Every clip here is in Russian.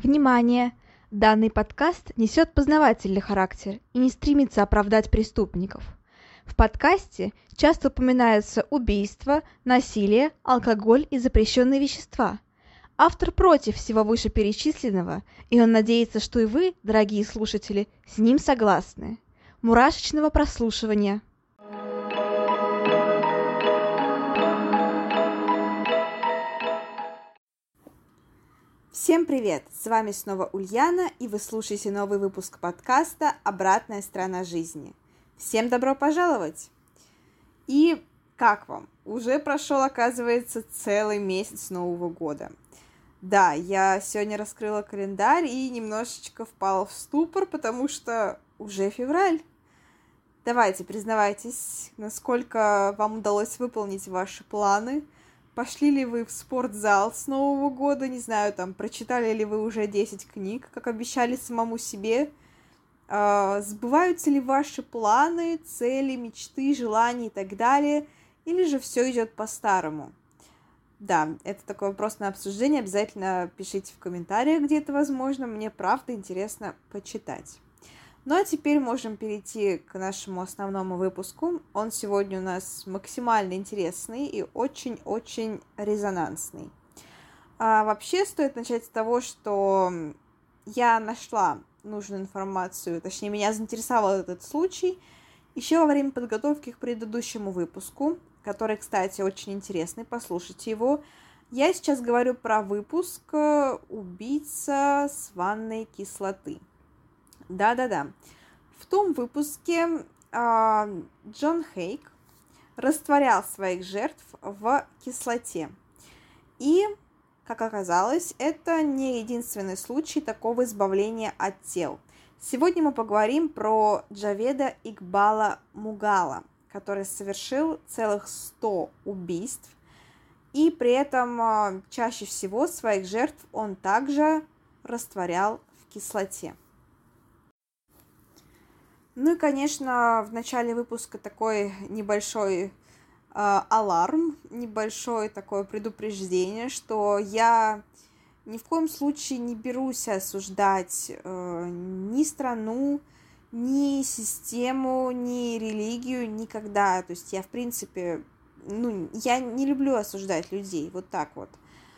Внимание! Данный подкаст несет познавательный характер и не стремится оправдать преступников. В подкасте часто упоминаются убийства, насилие, алкоголь и запрещенные вещества. Автор против всего вышеперечисленного, и он надеется, что и вы, дорогие слушатели, с ним согласны. Мурашечного прослушивания! Всем привет! С вами снова Ульяна, и вы слушаете новый выпуск подкаста «Обратная сторона жизни». Всем добро пожаловать! И как вам? Уже прошел, оказывается, целый месяц Нового года. Да, я сегодня раскрыла календарь и немножечко впала в ступор, потому что уже февраль. Давайте, признавайтесь, насколько вам удалось выполнить ваши планы. Пошли ли вы в спортзал с Нового года, не знаю, прочитали ли вы уже 10 книг, как обещали самому себе, сбываются ли ваши планы, цели, мечты, желания и так далее, или же все идет по-старому. Да, это такой вопрос на обсуждение, обязательно пишите в комментариях, где это возможно, мне правда интересно почитать. Ну а теперь можем перейти к нашему основному выпуску. Он сегодня у нас максимально интересный и очень-очень резонансный. Вообще стоит начать с того, что я нашла нужную информацию, точнее, меня заинтересовал этот случай еще во время подготовки к предыдущему выпуску, который, кстати, очень интересный, послушайте его. Я сейчас говорю про выпуск «Убийца с ванной кислоты». Да-да-да. В том выпуске Джон Хейк растворял своих жертв в кислоте. И, как оказалось, это не единственный случай такого избавления от тел. Сегодня мы поговорим про Джаведа Игбала Мугала, который совершил целых 100 убийств. И при этом чаще всего своих жертв он также растворял в кислоте. Ну и, конечно, в начале выпуска такой небольшой аларм, небольшое такое предупреждение, что я ни в коем случае не берусь осуждать ни страну, ни систему, ни религию никогда. То есть я, в принципе, я не люблю осуждать людей, вот так вот.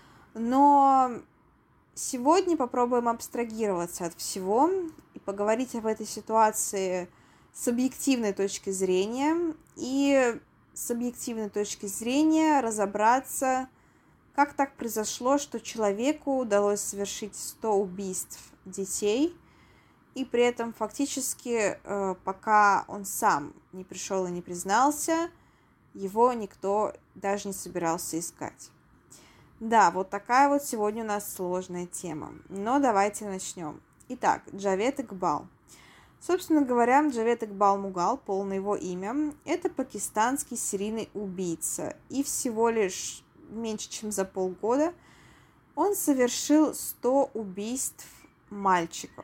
Но сегодня попробуем абстрагироваться от всего и поговорить об этой ситуации с объективной точки зрения и с объективной точки зрения разобраться, как так произошло, что человеку удалось совершить 100 убийств детей, и при этом фактически, пока он сам не пришел и не признался, его никто даже не собирался искать. Да, вот такая вот сегодня у нас сложная тема. Но давайте начнем. Итак, Джавед Игбал. Собственно говоря, Джавед Игбал Мугал, полное его имя, это пакистанский серийный убийца. И всего лишь меньше, чем за полгода он совершил 100 убийств мальчиков.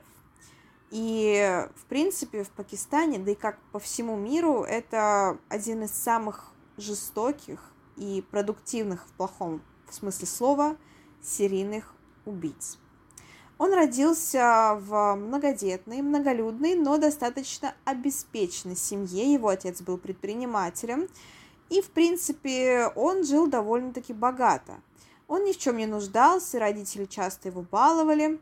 И, в принципе, в Пакистане, да и как по всему миру, это один из самых жестоких и продуктивных в плохом смысле слова, серийных убийц. Он родился в многодетной, многолюдной, но достаточно обеспеченной семье. Его отец был предпринимателем, и, в принципе, он жил довольно-таки богато. Он ни в чем не нуждался, родители часто его баловали,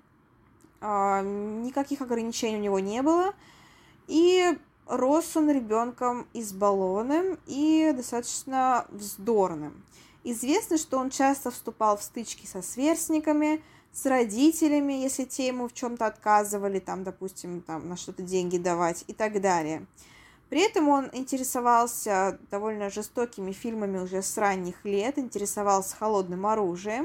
никаких ограничений у него не было, и рос он ребенком избалованным и достаточно вздорным. Известно, что он часто вступал в стычки со сверстниками, с родителями, если те ему в чем-то отказывали, допустим, на что-то деньги давать и так далее. При этом он интересовался довольно жестокими фильмами уже с ранних лет, интересовался холодным оружием.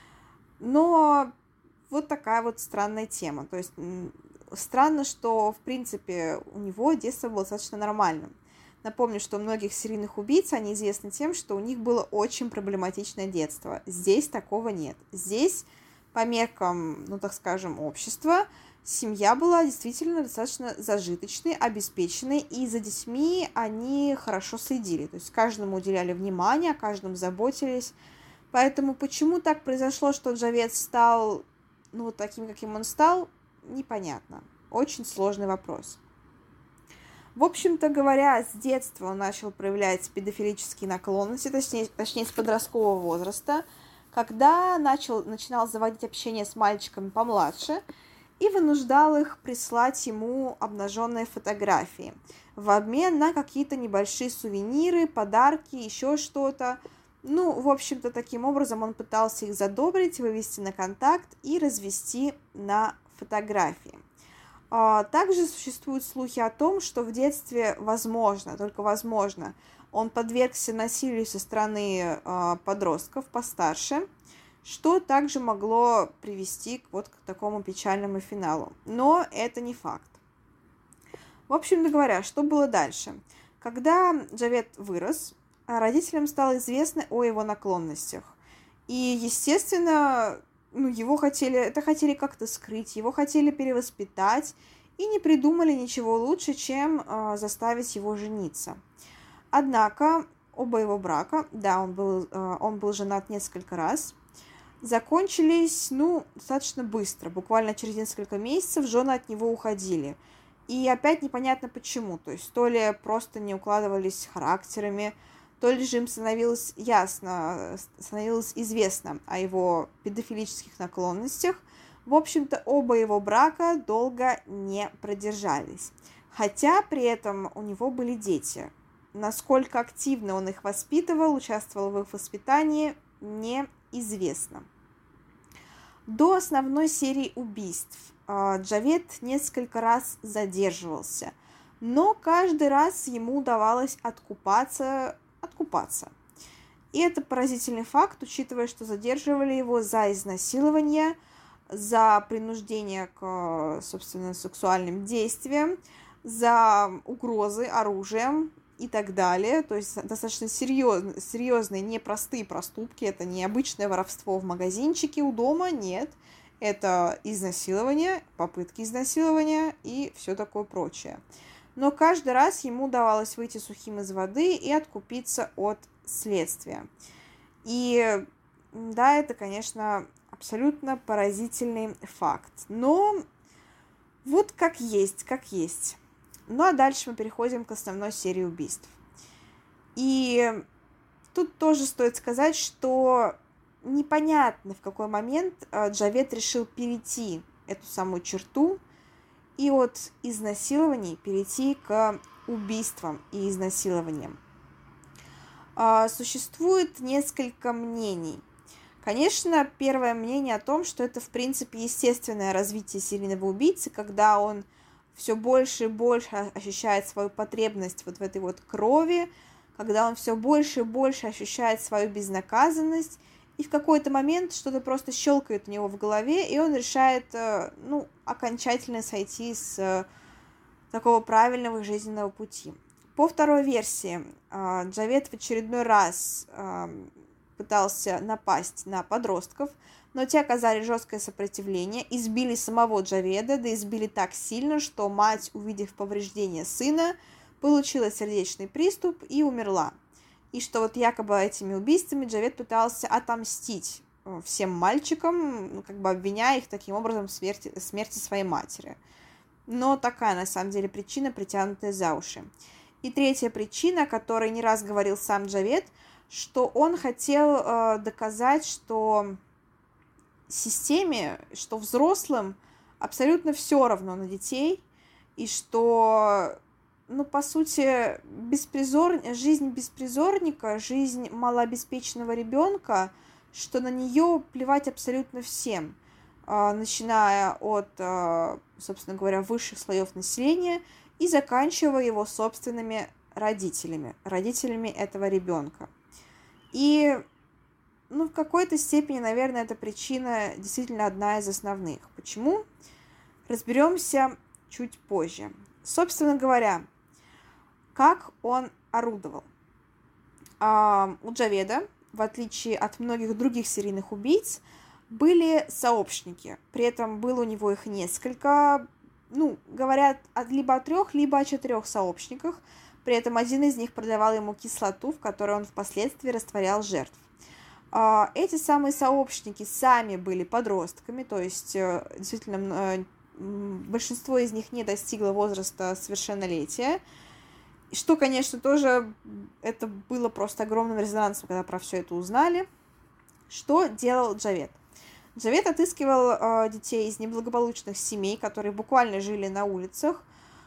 Но вот такая вот странная тема. То есть странно, что, в принципе, у него детство было достаточно нормальным. Напомню, что у многих серийных убийц они известны тем, что у них было очень проблематичное детство. Здесь такого нет. Здесь, по меркам, так скажем, общества, семья была действительно достаточно зажиточной, обеспеченной, и за детьми они хорошо следили. То есть каждому уделяли внимание, о каждом заботились. Поэтому почему так произошло, что Джавед стал вот таким, каким он стал, непонятно. Очень сложный вопрос. В общем-то говоря, с детства он начал проявлять педофилические наклонности, точнее с подросткового возраста, когда начинал заводить общение с мальчиками помладше и вынуждал их прислать ему обнаженные фотографии в обмен на какие-то небольшие сувениры, подарки, еще что-то. В общем-то, таким образом он пытался их задобрить, вывести на контакт и развести на фотографии. Также существуют слухи о том, что в детстве, возможно, только возможно, он подвергся насилию со стороны подростков постарше, что также могло привести к такому печальному финалу. Но это не факт. В общем-то говоря, что было дальше? Когда Джавед вырос, родителям стало известно о его наклонностях. И, естественно, его хотели как-то скрыть, его хотели перевоспитать, и не придумали ничего лучше, чем заставить его жениться. Однако оба его брака, да, он был женат несколько раз, закончились, достаточно быстро, буквально через несколько месяцев жены от него уходили. И опять непонятно почему, то есть то ли просто не укладывались характерами, то ли же им становилось известно о его педофилических наклонностях. В общем-то, оба его брака долго не продержались. Хотя при этом у него были дети. Насколько активно он их воспитывал, участвовал в их воспитании, неизвестно. До основной серии убийств Джавед несколько раз задерживался, но каждый раз ему удавалось откупаться. И это поразительный факт, учитывая, что задерживали его за изнасилование, за принуждение к, собственно, сексуальным действиям, за угрозы оружием и так далее. То есть достаточно серьезные, непростые проступки. Это не обычное воровство в магазинчике у дома, нет. Это изнасилование, попытки изнасилования и все такое прочее. Но каждый раз ему удавалось выйти сухим из воды и откупиться от следствия. И да, это, конечно, абсолютно поразительный факт. Но вот как есть. А дальше мы переходим к основной серии убийств. И тут тоже стоит сказать, что непонятно, в какой момент Джавед решил перейти эту самую черту и от изнасилований перейти к убийствам и изнасилованиям. Существует несколько мнений. Конечно, первое мнение о том, что это, в принципе, естественное развитие серийного убийцы, когда он все больше и больше ощущает свою потребность в этой крови, когда он все больше и больше ощущает свою безнаказанность, и в какой-то момент что-то просто щелкает у него в голове, и он решает, окончательно сойти с такого правильного жизненного пути. По второй версии, Джавед в очередной раз пытался напасть на подростков, но те оказали жесткое сопротивление, избили самого Джаведа, да избили так сильно, что мать, увидев повреждения сына, получила сердечный приступ и умерла. И что якобы этими убийствами Джавед пытался отомстить всем мальчикам, обвиняя их таким образом в смерти своей матери. Но такая, на самом деле, причина, притянутая за уши. И третья причина, о которой не раз говорил сам Джавед, что он хотел доказать, что системе, что взрослым абсолютно все равно на детей, и что, по сути, жизнь беспризорника, жизнь малообеспеченного ребенка, что на нее плевать абсолютно всем, начиная от, собственно говоря, высших слоев населения и заканчивая его собственными родителями этого ребенка. И, в какой-то степени, наверное, эта причина действительно одна из основных. Почему? Разберемся чуть позже. Собственно говоря, как он орудовал? У Джаведа, в отличие от многих других серийных убийц, были сообщники. При этом было у него их несколько. Говорят либо о 3, либо о 4 сообщниках. При этом один из них продавал ему кислоту, в которой он впоследствии растворял жертв. Эти самые сообщники сами были подростками, то есть действительно большинство из них не достигло возраста совершеннолетия, что, конечно, тоже это было просто огромным резонансом, когда про все это узнали. Что делал Джавед? Джавед отыскивал детей из неблагополучных семей, которые буквально жили на улицах,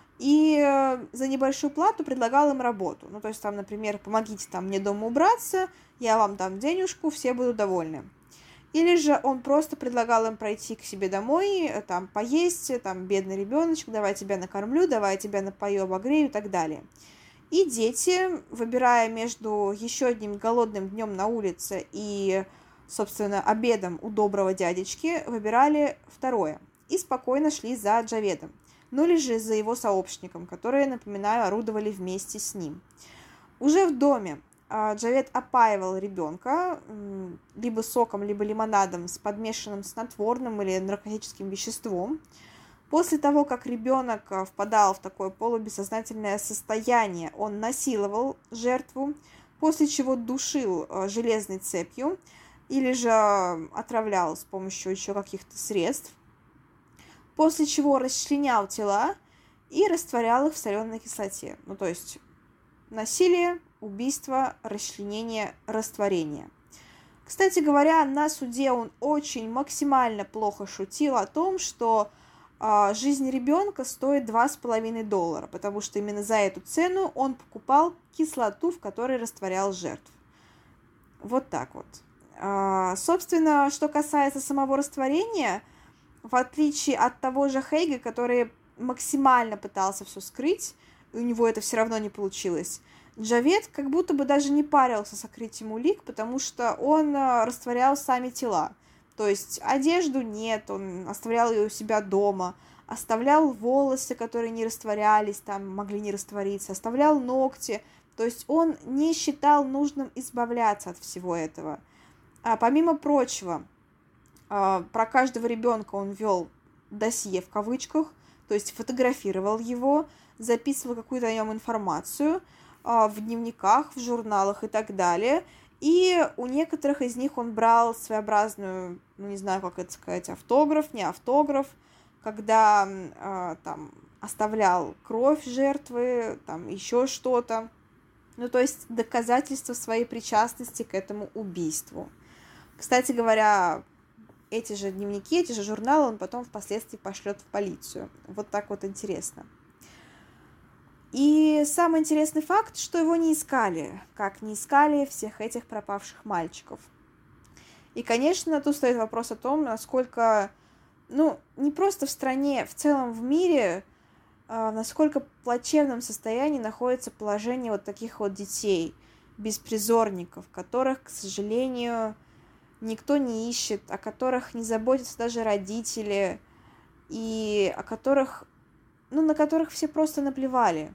и за небольшую плату предлагал им работу. Ну, то есть, там, например, помогите там мне дома убраться, я вам дам денежку, все будут довольны. Или же он просто предлагал им пройти к себе домой, там, поесть, там, бедный ребеночек, давай я тебя накормлю, давай я тебя напою, обогрею и так далее. И дети, выбирая между еще одним голодным днем на улице и, собственно, обедом у доброго дядечки, выбирали второе и спокойно шли за Джаведом, ну или же за его сообщником, которые, напоминаю, орудовали вместе с ним. Уже в доме Джавед опаивал ребенка либо соком, либо лимонадом с подмешанным снотворным или наркотическим веществом. После того, как ребенок впадал в такое полубессознательное состояние, он насиловал жертву, после чего душил железной цепью или же отравлял с помощью еще каких-то средств, после чего расчленял тела и растворял их в соленой кислоте. Ну, то есть насилие, убийство, расчленение, растворение. Кстати говоря, на суде он очень максимально плохо шутил о том, что жизнь ребенка стоит $2,5, потому что именно за эту цену он покупал кислоту, в которой растворял жертв. Вот так вот. Собственно, что касается самого растворения, в отличие от того же Хейга, который максимально пытался все скрыть, и у него это все равно не получилось, Джавед как будто бы даже не парился с сокрытием улик, потому что он растворял сами тела. То есть одежду нет, он оставлял ее у себя дома, оставлял волосы, которые не растворялись, там могли не раствориться, оставлял ногти. То есть он не считал нужным избавляться от всего этого. Помимо прочего, про каждого ребенка он вел досье в кавычках, то есть фотографировал его, записывал какую-то о нем информацию в дневниках, в журналах и так далее. И у некоторых из них он брал своеобразную, ну не знаю, как это сказать, автограф, не автограф, когда там оставлял кровь жертвы, там еще что-то. Ну, то есть доказательство своей причастности к этому убийству. Кстати говоря, эти же дневники, эти же журналы он потом впоследствии пошлет в полицию. Вот так вот интересно. И самый интересный факт, что его не искали, как не искали всех этих пропавших мальчиков. И, конечно, тут стоит вопрос о том, насколько, не просто в стране, в целом в мире, насколько в плачевном состоянии находится положение вот таких вот детей, беспризорников, которых, к сожалению, никто не ищет, о которых не заботятся даже родители, и о которых, на которых все просто наплевали.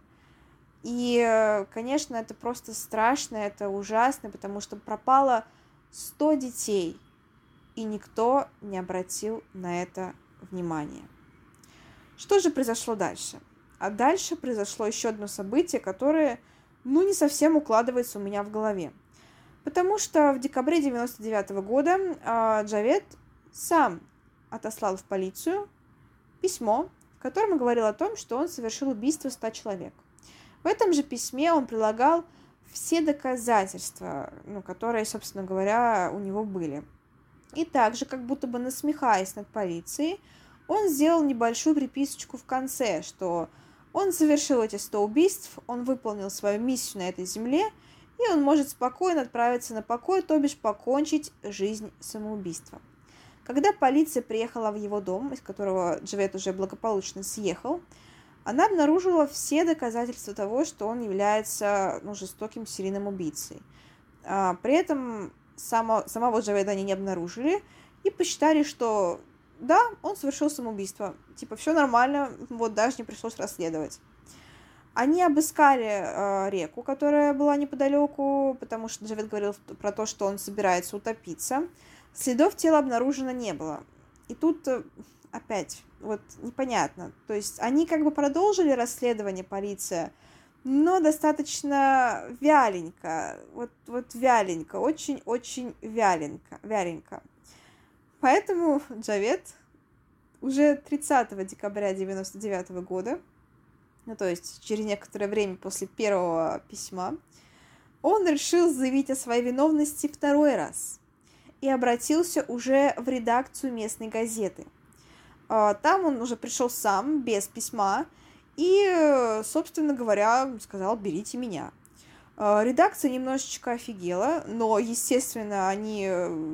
И, конечно, это просто страшно, это ужасно, потому что пропало 100 детей, и никто не обратил на это внимания. Что же произошло дальше? А дальше произошло еще одно событие, которое, не совсем укладывается у меня в голове. Потому что в декабре 1999 года Джавед сам отослал в полицию письмо, в котором говорил о том, что он совершил убийство 100 человек. В этом же письме он прилагал все доказательства, которые, собственно говоря, у него были. И также, как будто бы насмехаясь над полицией, он сделал небольшую приписочку в конце, что он совершил эти 100 убийств, он выполнил свою миссию на этой земле, и он может спокойно отправиться на покой, то бишь покончить жизнь самоубийством. Когда полиция приехала в его дом, из которого Джавед уже благополучно съехал, она обнаружила все доказательства того, что он является жестоким серийным убийцей. При этом самого Джаведа они не обнаружили и посчитали, что да, он совершил самоубийство. Все нормально, даже не пришлось расследовать. Они обыскали реку, которая была неподалеку, потому что Джавед говорил про то, что он собирается утопиться. Следов тела обнаружено не было. И тут опять непонятно. То есть они продолжили расследование, полиция, но достаточно вяленько, вот вяленько, очень-очень вяленько. Поэтому Джавед уже 30 декабря 1999 года, ну, то есть через некоторое время после первого письма, он решил заявить о своей виновности второй раз и обратился уже в редакцию местной газеты. Там он уже пришел сам, без письма, и, собственно говоря, сказал: «Берите меня». Редакция немножечко офигела, но, естественно, они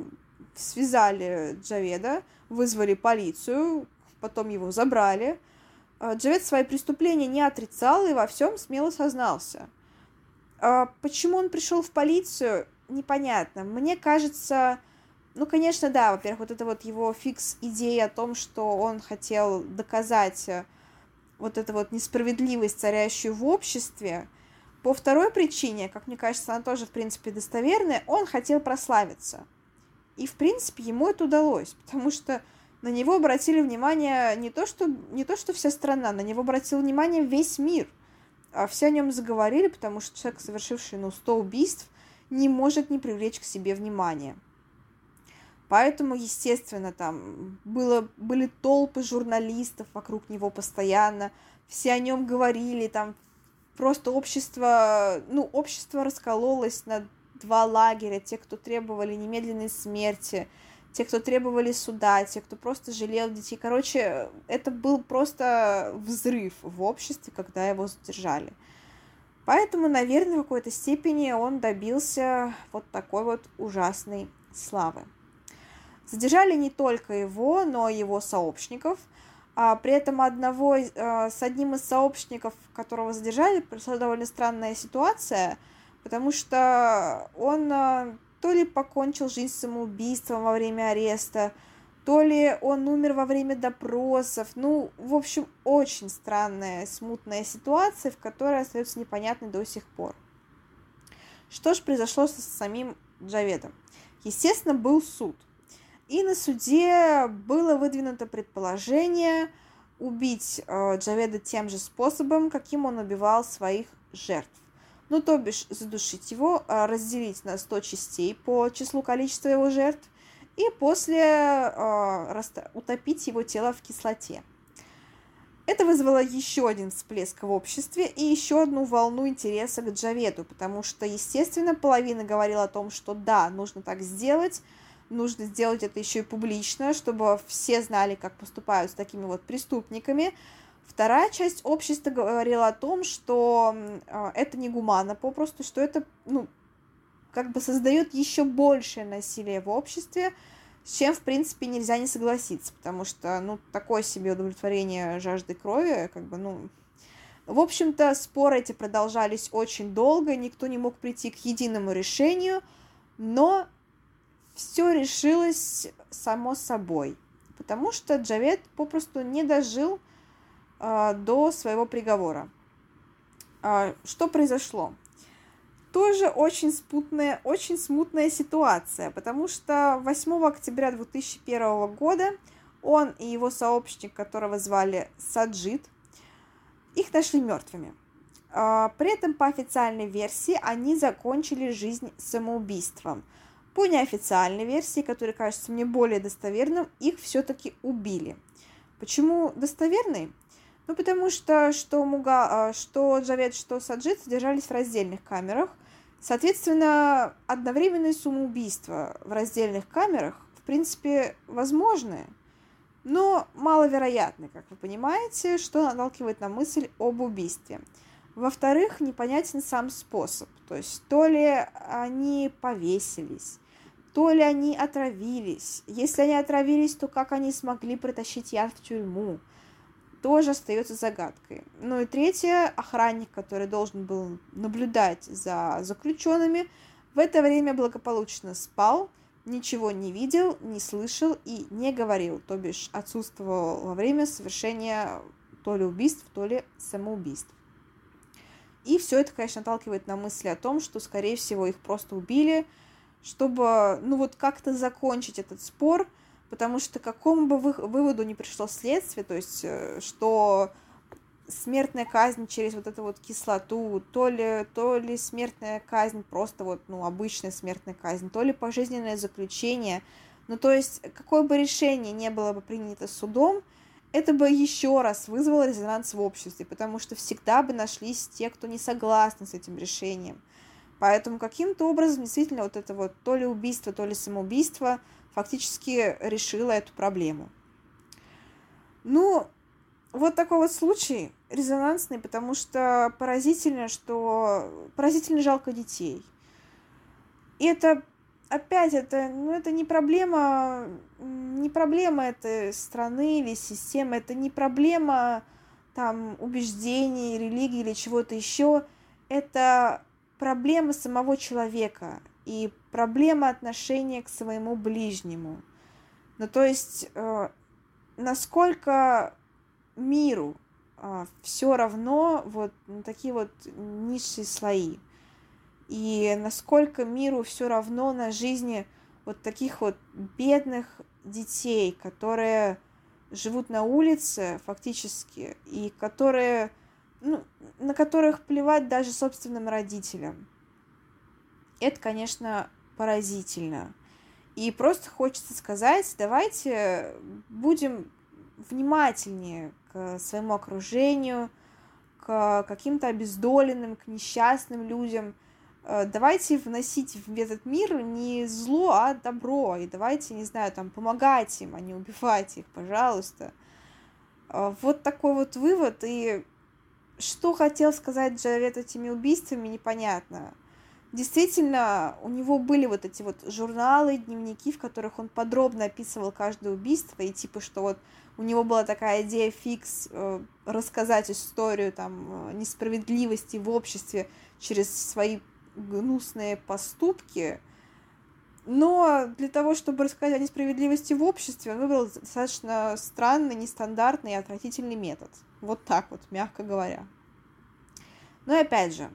связали Джаведа, вызвали полицию, потом его забрали. Джавед свои преступления не отрицал и во всем смело сознался. Почему он пришел в полицию, непонятно. Мне кажется, ну, конечно, да, во-первых, вот это вот его фикс-идея о том, что он хотел доказать вот эту вот несправедливость, царящую в обществе. По второй причине, как мне кажется, она тоже, в принципе, достоверная, он хотел прославиться. И, в принципе, ему это удалось, потому что на него обратили внимание не то, что вся страна, на него обратил внимание весь мир. Все о нем заговорили, потому что человек, совершивший 100 убийств, не может не привлечь к себе внимание. Поэтому, естественно, там были толпы журналистов вокруг него постоянно, все о нем говорили, там просто общество раскололось на два лагеря: те, кто требовали немедленной смерти, те, кто требовали суда, те, кто просто жалел детей. Короче, это был просто взрыв в обществе, когда его задержали. Поэтому, наверное, в какой-то степени он добился вот такой вот ужасной славы. Задержали не только его, но и его сообщников. При этом с одним из сообщников, которого задержали, произошла довольно странная ситуация, потому что он то ли покончил жизнь самоубийством во время ареста, то ли он умер во время допросов. Ну, в общем, очень странная, смутная ситуация, в которой остается непонятной до сих пор. Что же произошло со самим Джаведом? Естественно, был суд. И на суде было выдвинуто предположение убить Джаведа тем же способом, каким он убивал своих жертв. Ну, то бишь, задушить его, разделить на 100 частей по числу количества его жертв и после утопить его тело в кислоте. Это вызвало еще один всплеск в обществе и еще одну волну интереса к Джаведу, потому что, естественно, половина говорила о том, что да, нужно так сделать, нужно сделать это еще и публично, чтобы все знали, как поступают с такими вот преступниками. Вторая часть общества говорила о том, что это негуманно попросту, что это, как бы создает еще большее насилие в обществе, с чем, в принципе, нельзя не согласиться, потому что, такое себе удовлетворение жажды крови, В общем-то, споры эти продолжались очень долго, никто не мог прийти к единому решению, но все решилось само собой, потому что Джавед попросту не дожил до своего приговора. Что произошло? Тоже очень смутная ситуация, потому что 8 октября 2001 года он и его сообщник, которого звали Саджид, их нашли мертвыми. При этом, по официальной версии, они закончили жизнь самоубийством. По неофициальной версии, которая кажется мне более достоверным, их все-таки убили. Почему достоверный? Потому что что Джавед, что Саджид содержались в раздельных камерах. Соответственно, одновременные самоубийства в раздельных камерах, в принципе, возможны, но маловероятны, как вы понимаете, что наталкивает на мысль об убийстве. Во-вторых, непонятен сам способ, то есть то ли они повесились, то ли они отравились. Если они отравились, то как они смогли протащить яд в тюрьму? Тоже остается загадкой. Ну и третье, охранник, который должен был наблюдать за заключенными, в это время благополучно спал, ничего не видел, не слышал и не говорил, то бишь отсутствовал во время совершения то ли убийств, то ли самоубийств. И все это, конечно, наталкивает на мысли о том, что, скорее всего, их просто убили, чтобы, как-то закончить этот спор, потому что к какому бы выводу ни пришло следствие, то есть, что смертная казнь через вот эту вот кислоту, то ли смертная казнь, просто вот, обычная смертная казнь, то ли пожизненное заключение. То есть, какое бы решение не было бы принято судом, это бы еще раз вызвало резонанс в обществе, потому что всегда бы нашлись те, кто не согласны с этим решением. Поэтому каким-то образом действительно вот это вот то ли убийство, то ли самоубийство фактически решило эту проблему. Вот такой вот случай резонансный, потому что поразительно жалко детей. И это опять, это не проблема этой страны или системы, это не проблема там убеждений, религии или чего-то еще, это проблема самого человека и проблема отношения к своему ближнему. То есть, насколько миру все равно вот на такие вот низшие слои. И насколько миру все равно на жизни вот таких вот бедных детей, которые живут на улице фактически, и которые, на которых плевать даже собственным родителям. Это, конечно, поразительно. И просто хочется сказать, давайте будем внимательнее к своему окружению, к каким-то обездоленным, к несчастным людям. Давайте вносить в этот мир не зло, а добро. И давайте, не знаю, помогать им, а не убивать их, пожалуйста. Вот такой вот вывод. И что хотел сказать Джавед этими убийствами, непонятно. Действительно, у него были вот эти вот журналы, дневники, в которых он подробно описывал каждое убийство, и что вот у него была такая идея фикс рассказать историю несправедливости в обществе через свои гнусные поступки. Но для того, чтобы рассказать о несправедливости в обществе, он выбрал достаточно странный, нестандартный и отвратительный метод. Вот так вот, мягко говоря. И опять же,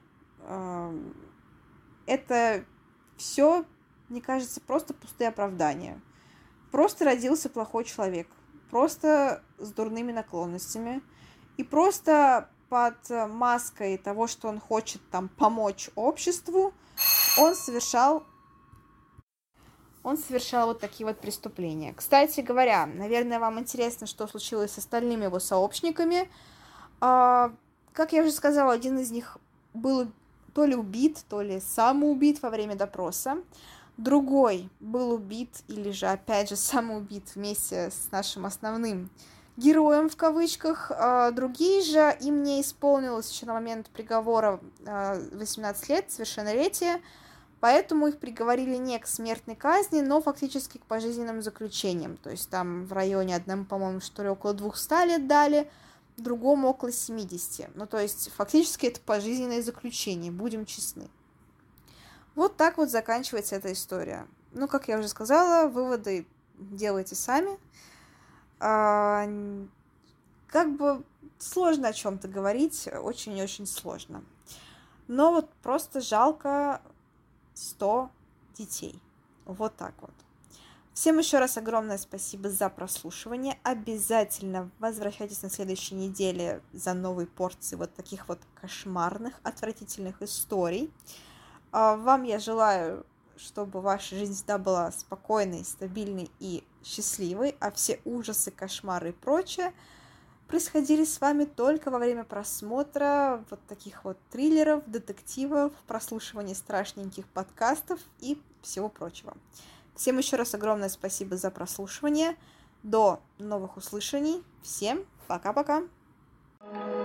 это все, мне кажется, просто пустые оправдания. Просто родился плохой человек, просто с дурными наклонностями, и просто под маской того, что он хочет помочь обществу, он совершал вот такие вот преступления. Кстати говоря, наверное, вам интересно, что случилось с остальными его сообщниками. Как я уже сказала, один из них был то ли убит, то ли самоубит во время допроса. Другой был убит или же, опять же, самоубит вместе с нашим основным героем, в кавычках. Другие же, им не исполнилось еще на момент приговора 18 лет, совершеннолетия, поэтому их приговорили не к смертной казни, но фактически к пожизненным заключениям. То есть там в районе одному, по-моему, что ли, около 200 лет дали, другому около 70. То есть фактически это пожизненное заключение, будем честны. Вот так вот заканчивается эта история. Как я уже сказала, выводы делайте сами. Сложно о чем-то говорить, очень-очень сложно. Но вот просто жалко 100 детей. Вот так вот. Всем еще раз огромное спасибо за прослушивание. Обязательно возвращайтесь на следующей неделе за новой порцией вот таких вот кошмарных, отвратительных историй. Вам я желаю, чтобы ваша жизнь всегда была спокойной, стабильной и счастливой, а все ужасы, кошмары и прочее происходили с вами только во время просмотра вот таких вот триллеров, детективов, прослушивания страшненьких подкастов и всего прочего. Всем еще раз огромное спасибо за прослушивание. До новых услышаний. Всем пока-пока.